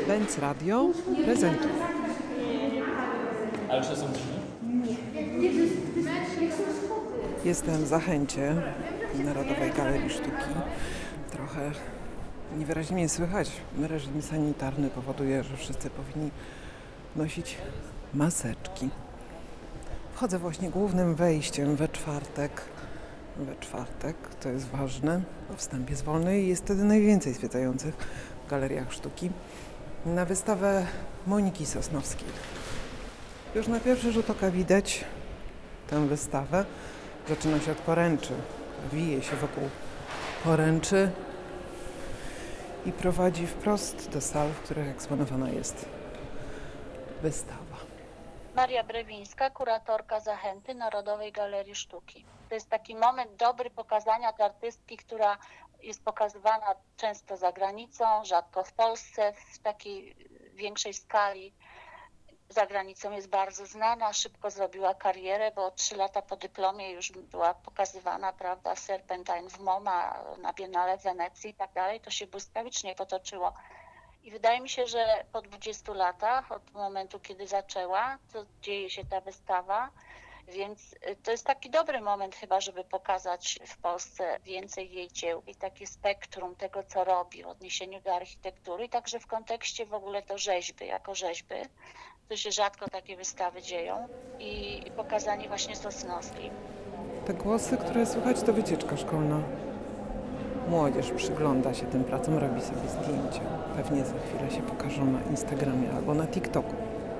Benz Radio prezentuje. Ale jeszcze są drzwi? Jestem w Zachęcie Narodowej Galerii Sztuki. Trochę niewyraźnie mnie słychać. Reżim sanitarny powoduje, że wszyscy powinni nosić maseczki. Wchodzę właśnie głównym wejściem we czwartek, to jest ważne, bo wstęp jest wolny i jest wtedy najwięcej zwiedzających w galeriach sztuki na wystawę Moniki Sosnowskiej. Już na pierwszy rzut oka widać tę wystawę. Zaczyna się od poręczy, wije się wokół poręczy i prowadzi wprost do sal, w których eksponowana jest wystawa. Maria Brewińska, kuratorka Zachęty Narodowej Galerii Sztuki. To jest taki moment dobry pokazania tej artystki, która jest pokazywana często za granicą, rzadko w Polsce, w takiej większej skali. Za granicą jest bardzo znana, szybko zrobiła karierę, bo 3 lata po dyplomie już była pokazywana, prawda, Serpentine w MoMA, na Biennale w Wenecji i tak dalej. To się błyskawicznie potoczyło. I wydaje mi się, że po 20 latach od momentu, kiedy zaczęła, to dzieje się ta wystawa, więc to jest taki dobry moment chyba, żeby pokazać w Polsce więcej jej dzieł i takie spektrum tego, co robi w odniesieniu do architektury i także w kontekście w ogóle do rzeźby, jako rzeźby. To się rzadko takie wystawy dzieją i pokazanie właśnie Sosnowskiej. Te głosy, które słychać, to wycieczka szkolna. Młodzież przygląda się tym pracom, robi sobie zdjęcia. Pewnie za chwilę się pokażą na Instagramie albo na TikToku.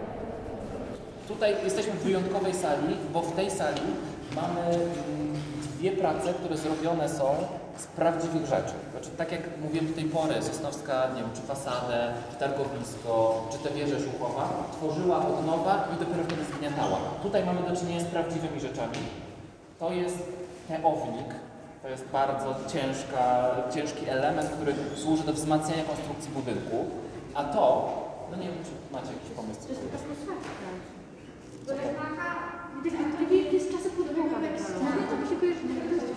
Tutaj jesteśmy w wyjątkowej sali, bo w tej sali mamy 2 prace, które zrobione są z prawdziwych rzeczy. Znaczy, tak jak mówiłem do tej pory, Sosnowska, nie wiem, czy fasadę, czy targowisko, czy tę wieżę Żukowa, tworzyła od nowa i dopiero wtedy zgniatała. Tutaj mamy do czynienia z prawdziwymi rzeczami. To jest teownik. To jest bardzo ciężki element, który służy do wzmacniania konstrukcji budynku. A to, no nie wiem, czy macie jakiś pomysł. To jest taka posadzka. To jest czasem podłoga metalowa. To się kojarzy,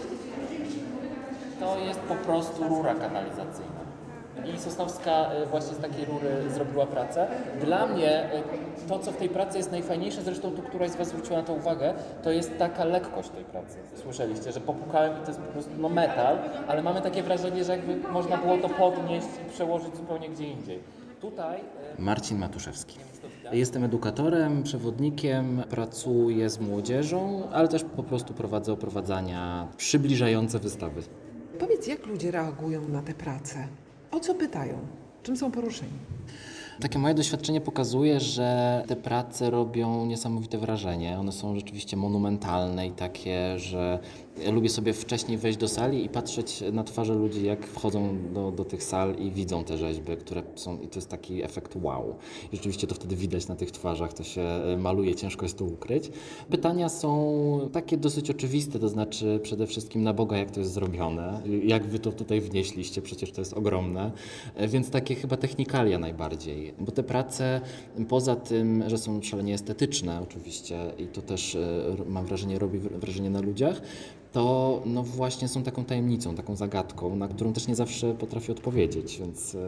to jest po prostu rura kanalizacyjna. I Sosnowska właśnie z takiej rury zrobiła pracę. Dla mnie to, co w tej pracy jest najfajniejsze, zresztą tu któraś z Was zwróciła na to uwagę, to jest taka lekkość tej pracy. Słyszeliście, że popukałem i to jest po prostu metal, ale mamy takie wrażenie, że jakby można było to podnieść i przełożyć zupełnie gdzie indziej. Tutaj Marcin Matuszewski. Jestem edukatorem, przewodnikiem, pracuję z młodzieżą, ale też po prostu prowadzę oprowadzania przybliżające wystawy. Powiedz, jak ludzie reagują na te prace? O co pytają? Czym są poruszeni? Takie moje doświadczenie pokazuje, że te prace robią niesamowite wrażenie. One są rzeczywiście monumentalne i takie, że ja lubię sobie wcześniej wejść do sali i patrzeć na twarze ludzi, jak wchodzą do tych sal i widzą te rzeźby, które są, i to jest taki efekt wow. I rzeczywiście to wtedy widać na tych twarzach, to się maluje, ciężko jest to ukryć. Pytania są takie dosyć oczywiste, to znaczy przede wszystkim na Boga, jak to jest zrobione, jak wy to tutaj wnieśliście, przecież to jest ogromne, więc takie chyba technikalia najbardziej. Bo te prace, poza tym, że są szalenie estetyczne oczywiście i to też mam wrażenie, robi wrażenie na ludziach, to no właśnie są taką tajemnicą, taką zagadką, na którą też nie zawsze potrafię odpowiedzieć, więc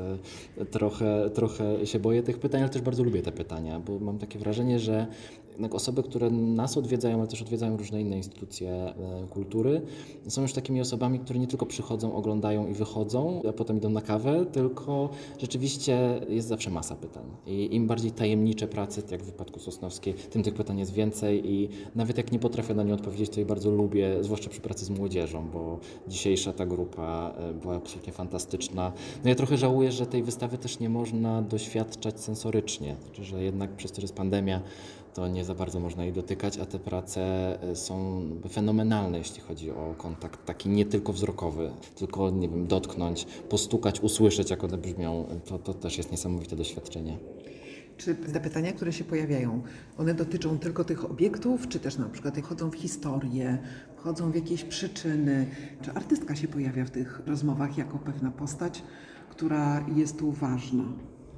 trochę się boję tych pytań, ale też bardzo lubię te pytania, bo mam takie wrażenie, że jednak osoby, które nas odwiedzają, ale też odwiedzają różne inne instytucje kultury, są już takimi osobami, które nie tylko przychodzą, oglądają i wychodzą, a potem idą na kawę, tylko rzeczywiście jest zawsze masa pytań. I im bardziej tajemnicze prace, jak w wypadku Sosnowskiej, tym tych pytań jest więcej i nawet jak nie potrafię na nie odpowiedzieć, to je bardzo lubię, zwłaszcza przy pracy z młodzieżą, bo dzisiejsza ta grupa była absolutnie fantastyczna. No ja trochę żałuję, że tej wystawy też nie można doświadczać sensorycznie, znaczy, że jednak przez to, że jest pandemia, to nie za bardzo można jej dotykać, a te prace są fenomenalne, jeśli chodzi o kontakt taki nie tylko wzrokowy, tylko, nie wiem, dotknąć, postukać, usłyszeć, jak one brzmią. To też jest niesamowite doświadczenie. Czy te pytania, które się pojawiają, one dotyczą tylko tych obiektów, czy też na przykład wchodzą w historię, wchodzą w jakieś przyczyny? Czy artystka się pojawia w tych rozmowach jako pewna postać, która jest tu ważna?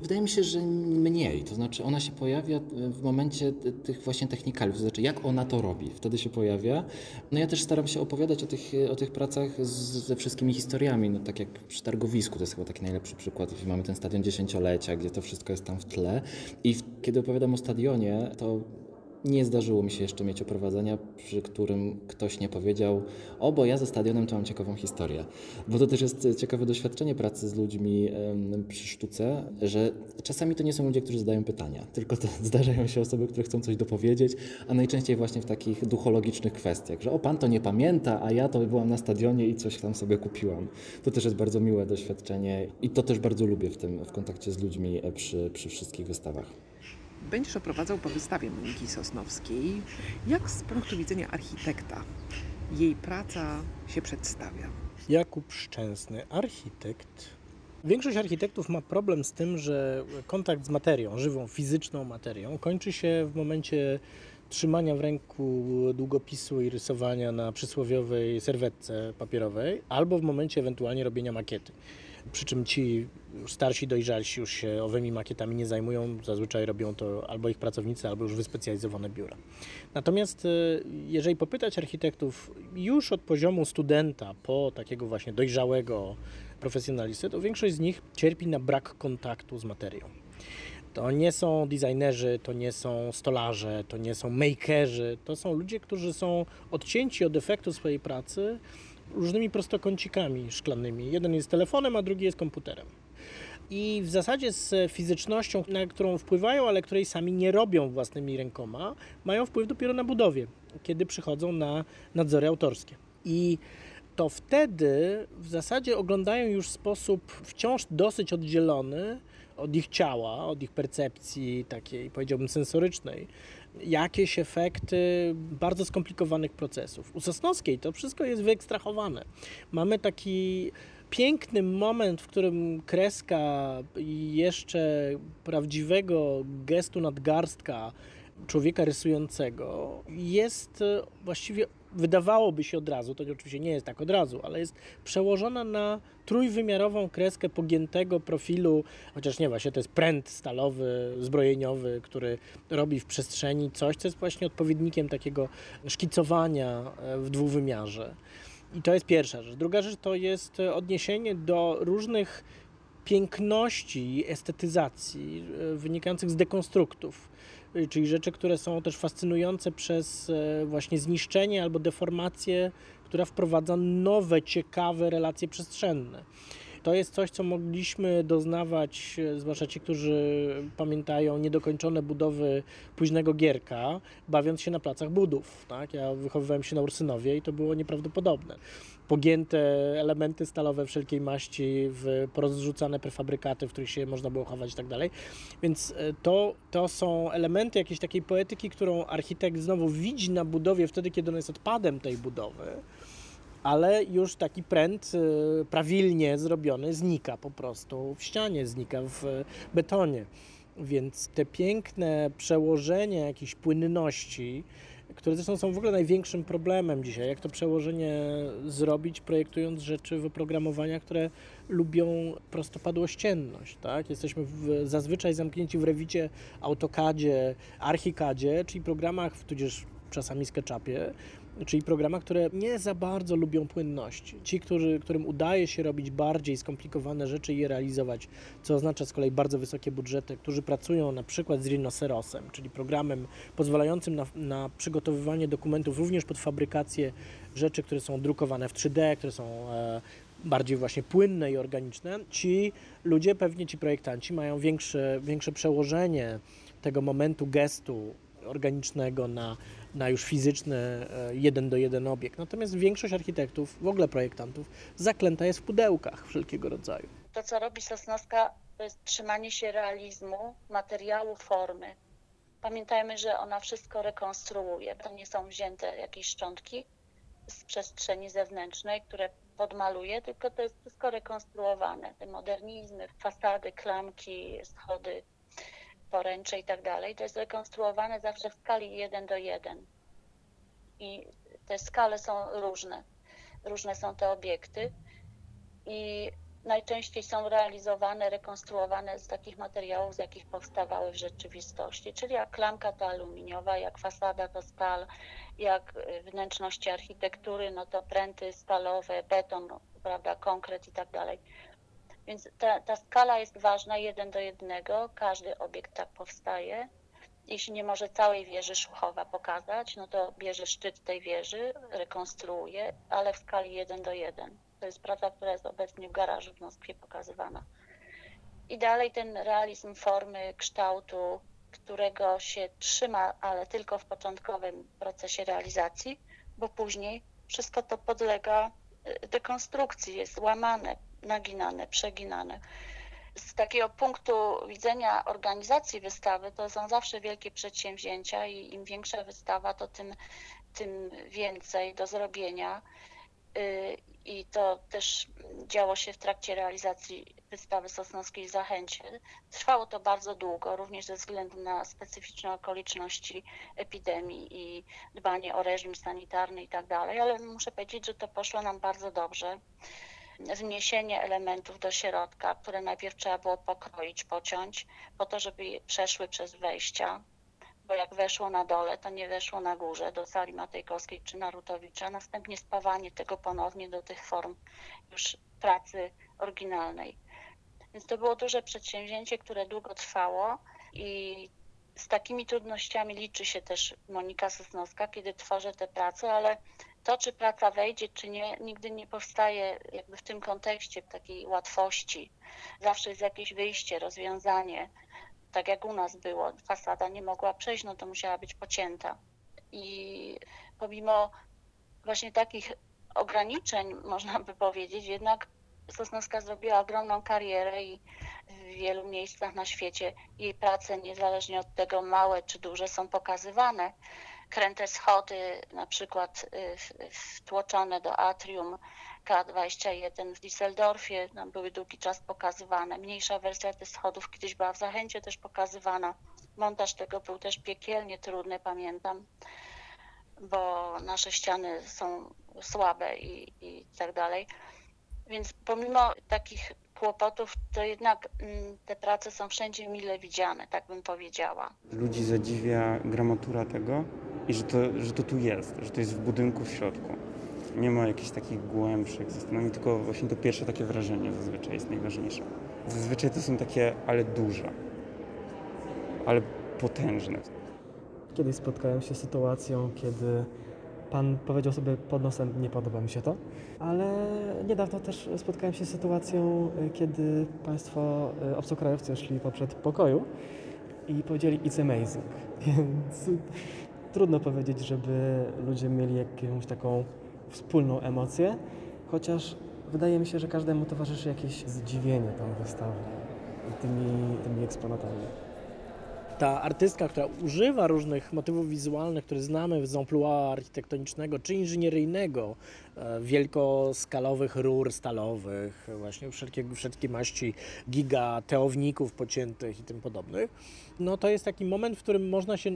Wydaje mi się, że mniej. To znaczy ona się pojawia w momencie tych właśnie technikaliów, to znaczy jak ona to robi. Wtedy się pojawia. No ja też staram się opowiadać o tych pracach ze wszystkimi historiami. No tak jak przy targowisku, to jest chyba taki najlepszy przykład. Mamy ten stadion dziesięciolecia, gdzie to wszystko jest tam w tle. I kiedy opowiadam o stadionie, to nie zdarzyło mi się jeszcze mieć oprowadzenia, przy którym ktoś nie powiedział: o, bo ja ze stadionem to mam ciekawą historię. Bo to też jest ciekawe doświadczenie pracy z ludźmi przy sztuce, że czasami to nie są ludzie, którzy zadają pytania, tylko to zdarzają się osoby, które chcą coś dopowiedzieć, a najczęściej właśnie w takich duchologicznych kwestiach, że o, pan to nie pamięta, a ja to byłam na stadionie i coś tam sobie kupiłam. To też jest bardzo miłe doświadczenie i to też bardzo lubię w kontakcie z ludźmi przy wszystkich wystawach. Będziesz oprowadzał po wystawie Moniki Sosnowskiej. Jak z punktu widzenia architekta jej praca się przedstawia? Jakub Szczęsny, architekt. Większość architektów ma problem z tym, że kontakt z materią, żywą, fizyczną materią kończy się w momencie trzymania w ręku długopisu i rysowania na przysłowiowej serwetce papierowej albo w momencie ewentualnie robienia makiety. Przy czym ci już starsi, dojrzalsi już się owymi makietami nie zajmują, zazwyczaj robią to albo ich pracownicy, albo już wyspecjalizowane biura. Natomiast jeżeli popytać architektów już od poziomu studenta po takiego właśnie dojrzałego profesjonalisty, to większość z nich cierpi na brak kontaktu z materią. To nie są designerzy, to nie są stolarze, to nie są makerzy, to są ludzie, którzy są odcięci od efektu swojej pracy różnymi prostokącikami szklanymi. Jeden jest telefonem, a drugi jest komputerem. I w zasadzie z fizycznością, na którą wpływają, ale której sami nie robią własnymi rękoma, mają wpływ dopiero na budowie, kiedy przychodzą na nadzory autorskie. I to wtedy w zasadzie oglądają już w sposób wciąż dosyć oddzielony od ich ciała, od ich percepcji takiej, powiedziałbym, sensorycznej, jakieś efekty bardzo skomplikowanych procesów. U Sosnowskiej to wszystko jest wyekstrahowane. Mamy taki piękny moment, w którym kreska jeszcze prawdziwego gestu nadgarstka człowieka rysującego jest właściwie, wydawałoby się od razu, to oczywiście nie jest tak od razu, ale jest przełożona na trójwymiarową kreskę pogiętego profilu, chociaż nie, właśnie to jest pręt stalowy, zbrojeniowy, który robi w przestrzeni coś, co jest właśnie odpowiednikiem takiego szkicowania w dwuwymiarze. I to jest pierwsza rzecz. Druga rzecz to jest odniesienie do różnych piękności i estetyzacji wynikających z dekonstruktów, czyli rzeczy, które są też fascynujące przez właśnie zniszczenie albo deformację, która wprowadza nowe, ciekawe relacje przestrzenne. To jest coś, co mogliśmy doznawać, zwłaszcza ci, którzy pamiętają niedokończone budowy późnego Gierka, bawiąc się na placach budów. Tak? Ja wychowywałem się na Ursynowie i to było nieprawdopodobne. Pogięte elementy stalowe wszelkiej maści, porozrzucane prefabrykaty, w których się można było chować i tak dalej. Więc to są elementy jakiejś takiej poetyki, którą architekt znowu widzi na budowie wtedy, kiedy ona jest odpadem tej budowy, ale już taki pręt prawilnie zrobiony znika po prostu w ścianie, znika w betonie. Więc te piękne przełożenia jakiejś płynności, które zresztą są w ogóle największym problemem dzisiaj, jak to przełożenie zrobić, projektując rzeczy w oprogramowaniach, które lubią prostopadłościenność. Tak? Jesteśmy zazwyczaj zamknięci w Revicie, AutoCADzie, ArchiCADzie, czyli programach, tudzież czasami SketchUpie, czyli programach, które nie za bardzo lubią płynności. Ci, którym udaje się robić bardziej skomplikowane rzeczy i je realizować, co oznacza z kolei bardzo wysokie budżety, którzy pracują na przykład z Rhinocerosem, czyli programem pozwalającym na przygotowywanie dokumentów również pod fabrykację rzeczy, które są drukowane w 3D, które są bardziej właśnie płynne i organiczne. Ci ludzie, pewnie ci projektanci, mają większe przełożenie tego momentu gestu organicznego na już fizyczny 1:1 obiekt. Natomiast większość architektów, w ogóle projektantów, zaklęta jest w pudełkach wszelkiego rodzaju. To, co robi Sosnowska, to jest trzymanie się realizmu, materiału, formy. Pamiętajmy, że ona wszystko rekonstruuje. To nie są wzięte jakieś szczątki z przestrzeni zewnętrznej, które podmaluje, tylko to jest wszystko rekonstruowane. Te modernizmy, fasady, klamki, schody, poręcze i tak dalej, to jest rekonstruowane zawsze w skali 1:1. I te skale są różne. Różne są te obiekty. I najczęściej są realizowane, rekonstruowane z takich materiałów, z jakich powstawały w rzeczywistości, czyli jak klamka to aluminiowa, jak fasada to stal, jak wnętrzności architektury, no to pręty stalowe, beton, prawda, konkret i tak dalej. Więc ta skala jest ważna 1:1, każdy obiekt tak powstaje. Jeśli nie może całej wieży Szuchowa pokazać, no to bierze szczyt tej wieży, rekonstruuje, ale w skali 1:1. To jest praca, która jest obecnie w garażu w Moskwie pokazywana. I dalej ten realizm formy, kształtu, którego się trzyma, ale tylko w początkowym procesie realizacji, bo później wszystko to podlega dekonstrukcji, jest łamane, naginane, przeginane. Z takiego punktu widzenia organizacji wystawy to są zawsze wielkie przedsięwzięcia i im większa wystawa, to tym więcej do zrobienia. I to też działo się w trakcie realizacji wystawy sosnowskiej w Zachęcie. Trwało to bardzo długo, również ze względu na specyficzne okoliczności epidemii i dbanie o reżim sanitarny i tak dalej, ale muszę powiedzieć, że to poszło nam bardzo dobrze. Wniesienie elementów do środka, które najpierw trzeba było pokroić, pociąć, po to, żeby przeszły przez wejścia, bo jak weszło na dole, to nie weszło na górze do sali Matejkowskiej czy Narutowicza, następnie spawanie tego ponownie do tych form już pracy oryginalnej. Więc to było duże przedsięwzięcie, które długo trwało i z takimi trudnościami liczy się też Monika Sosnowska, kiedy tworzy te prace, ale to, czy praca wejdzie, czy nie, nigdy nie powstaje jakby w tym kontekście takiej łatwości. Zawsze jest jakieś wyjście, rozwiązanie. Tak jak u nas było, fasada nie mogła przejść, no to musiała być pocięta. I pomimo właśnie takich ograniczeń, można by powiedzieć, jednak Sosnowska zrobiła ogromną karierę i w wielu miejscach na świecie jej prace, niezależnie od tego małe czy duże, są pokazywane. Kręte schody, na przykład wtłoczone do atrium K21 w Düsseldorfie, tam były długi czas pokazywane. Mniejsza wersja tych schodów kiedyś była w Zachęcie też pokazywana. Montaż tego był też piekielnie trudny, pamiętam, bo nasze ściany są słabe i tak dalej. Więc pomimo takich kłopotów, to jednak te prace są wszędzie mile widziane, tak bym powiedziała. Ludzi zadziwia gramatura tego i że to tu jest, że to jest w budynku w środku. Nie ma jakichś takich głębszych zastanowień, tylko właśnie to pierwsze takie wrażenie zazwyczaj jest najważniejsze. Zazwyczaj to są takie, ale duże, ale potężne. Kiedyś spotkałem się z sytuacją, kiedy pan powiedział sobie pod nosem, nie podoba mi się to, ale niedawno też spotkałem się z sytuacją, kiedy państwo obcokrajowcy szli po przedpokoju i powiedzieli it's amazing, więc trudno powiedzieć, żeby ludzie mieli jakąś taką wspólną emocję, chociaż wydaje mi się, że każdemu towarzyszy jakieś zdziwienie tą wystawą i tymi eksponatami. Ta artystka, która używa różnych motywów wizualnych, które znamy z amplua architektonicznego czy inżynieryjnego, wielkoskalowych rur stalowych, właśnie wszelkie maści gigateowników pociętych i tym podobnych, no to jest taki moment, w którym można się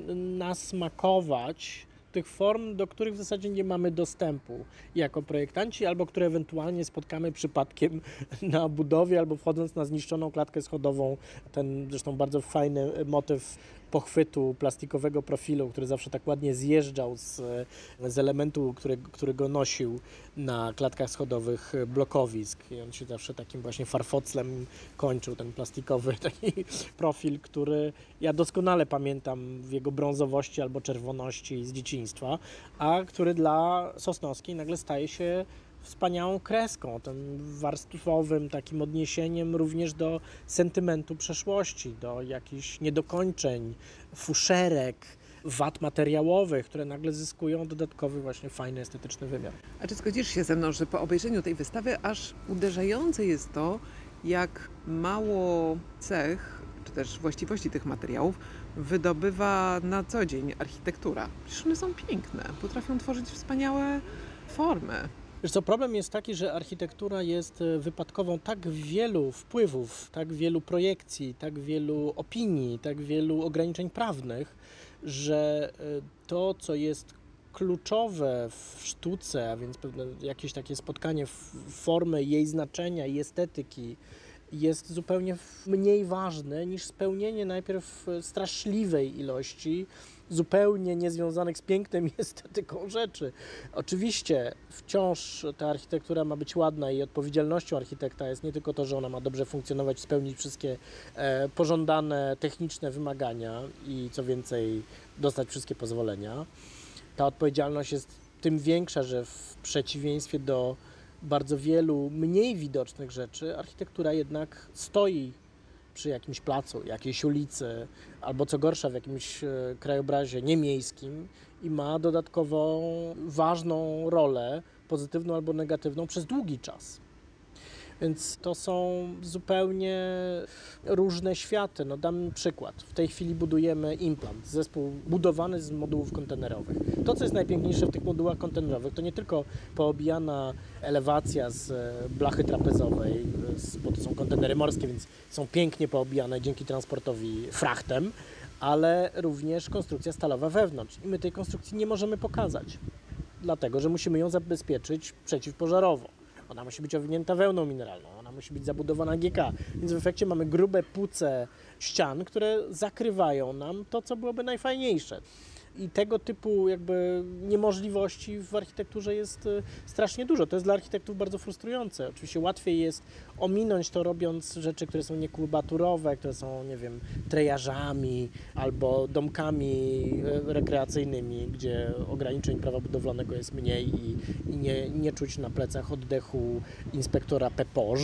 nasmakować tych form, do których w zasadzie nie mamy dostępu jako projektanci, albo które ewentualnie spotkamy przypadkiem na budowie, albo wchodząc na zniszczoną klatkę schodową. Ten zresztą bardzo fajny motyw pochwytu plastikowego profilu, który zawsze tak ładnie zjeżdżał z elementu, który go nosił na klatkach schodowych blokowisk. I on się zawsze takim właśnie farfoclem kończył, ten plastikowy taki profil, który ja doskonale pamiętam w jego brązowości albo czerwoności z dzieciństwa, a który dla Sosnowskiej nagle staje się wspaniałą kreską, tym warstwowym takim odniesieniem również do sentymentu przeszłości, do jakichś niedokończeń, fuszerek, wad materiałowych, które nagle zyskują dodatkowy właśnie fajny, estetyczny wymiar. A czy zgodzisz się ze mną, że po obejrzeniu tej wystawy aż uderzające jest to, jak mało cech, czy też właściwości tych materiałów wydobywa na co dzień architektura? Przecież one są piękne, potrafią tworzyć wspaniałe formy. Wiesz co, problem jest taki, że architektura jest wypadkową tak wielu wpływów, tak wielu projekcji, tak wielu opinii, tak wielu ograniczeń prawnych, że to, co jest kluczowe w sztuce, a więc pewne jakieś takie spotkanie formy jej znaczenia i estetyki jest zupełnie mniej ważne niż spełnienie najpierw straszliwej ilości zupełnie niezwiązanych z pięknem i estetyką rzeczy. Oczywiście wciąż ta architektura ma być ładna i odpowiedzialnością architekta jest nie tylko to, że ona ma dobrze funkcjonować, spełnić wszystkie pożądane techniczne wymagania i co więcej dostać wszystkie pozwolenia. Ta odpowiedzialność jest tym większa, że w przeciwieństwie do bardzo wielu mniej widocznych rzeczy architektura jednak stoi przy jakimś placu, jakiejś ulicy, albo co gorsza w jakimś krajobrazie niemiejskim i ma dodatkową ważną rolę, pozytywną albo negatywną, przez długi czas. Więc to są zupełnie różne światy. No, dam przykład. W tej chwili budujemy implant, zespół budowany z modułów kontenerowych. To, co jest najpiękniejsze w tych modułach kontenerowych, to nie tylko poobijana elewacja z blachy trapezowej, bo to są kontenery morskie, więc są pięknie poobijane dzięki transportowi frachtem, ale również konstrukcja stalowa wewnątrz. I my tej konstrukcji nie możemy pokazać, dlatego że musimy ją zabezpieczyć przeciwpożarowo. Ona musi być owinięta wełną mineralną, ona musi być zabudowana GK, więc w efekcie mamy grube płuce ścian, które zakrywają nam to, co byłoby najfajniejsze. I tego typu jakby niemożliwości w architekturze jest strasznie dużo. To jest dla architektów bardzo frustrujące. Oczywiście łatwiej jest ominąć to, robiąc rzeczy, które są niekubaturowe, które są, nie wiem, trejażami albo domkami rekreacyjnymi, gdzie ograniczeń prawa budowlanego jest mniej i nie czuć na plecach oddechu inspektora PEPOŻ,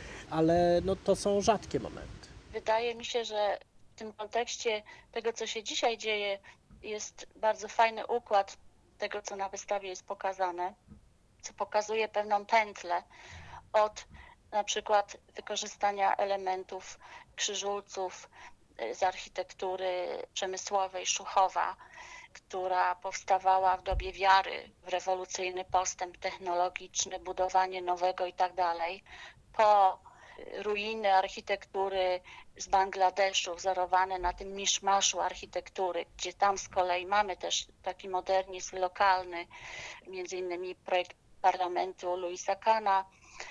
ale no, to są rzadkie momenty. Wydaje mi się, że w tym kontekście tego, co się dzisiaj dzieje, jest bardzo fajny układ tego, co na wystawie jest pokazane, co pokazuje pewną pętlę od na przykład wykorzystania elementów krzyżulców z architektury przemysłowej Szuchowa, która powstawała w dobie wiary w rewolucyjny postęp technologiczny, budowanie nowego i tak dalej, po ruiny architektury z Bangladeszu, wzorowane na tym miszmaszu architektury, gdzie tam z kolei mamy też taki modernizm lokalny, między innymi projekt parlamentu Louisa Kahna,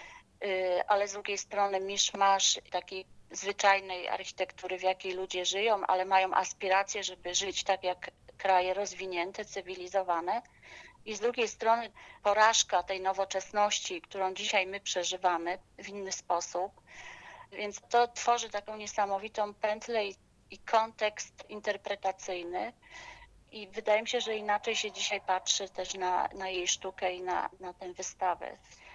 ale z drugiej strony miszmasz takiej zwyczajnej architektury, w jakiej ludzie żyją, ale mają aspiracje, żeby żyć tak jak kraje rozwinięte, cywilizowane. I z drugiej strony porażka tej nowoczesności, którą dzisiaj my przeżywamy w inny sposób. Więc to tworzy taką niesamowitą pętlę i kontekst interpretacyjny. I wydaje mi się, że inaczej się dzisiaj patrzy też na jej sztukę i na tę wystawę.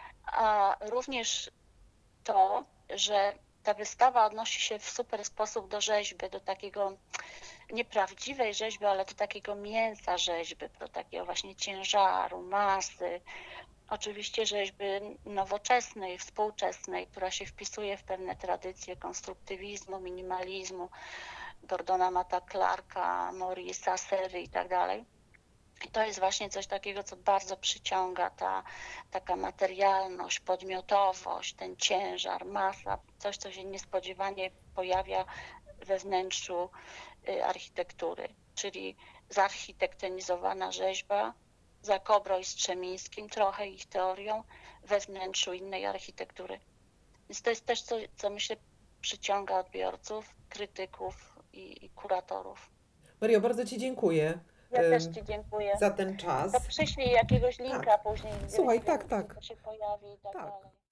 A również to, że ta wystawa odnosi się w super sposób do rzeźby, do takiego nieprawdziwej rzeźby, ale do takiego mięsa rzeźby, do takiego właśnie ciężaru, masy. Oczywiście rzeźby nowoczesnej, współczesnej, która się wpisuje w pewne tradycje konstruktywizmu, minimalizmu, Gordona Matta Clarka, Maurice'a Serry i tak dalej. I to jest właśnie coś takiego, co bardzo przyciąga, taka materialność, podmiotowość, ten ciężar, masa, coś, co się niespodziewanie pojawia we wnętrzu architektury, czyli zarchitektonizowana rzeźba za Kobrą i Strzemińskim, trochę ich teorią, we wnętrzu innej architektury. Więc to jest też coś, co myślę przyciąga odbiorców, krytyków i kuratorów. Mario, bardzo Ci dziękuję. Ja też Ci dziękuję. Za ten czas. To przyślij jakiegoś linka później. Słuchaj, gdzie tak. to się pojawi i tak Tak. dalej.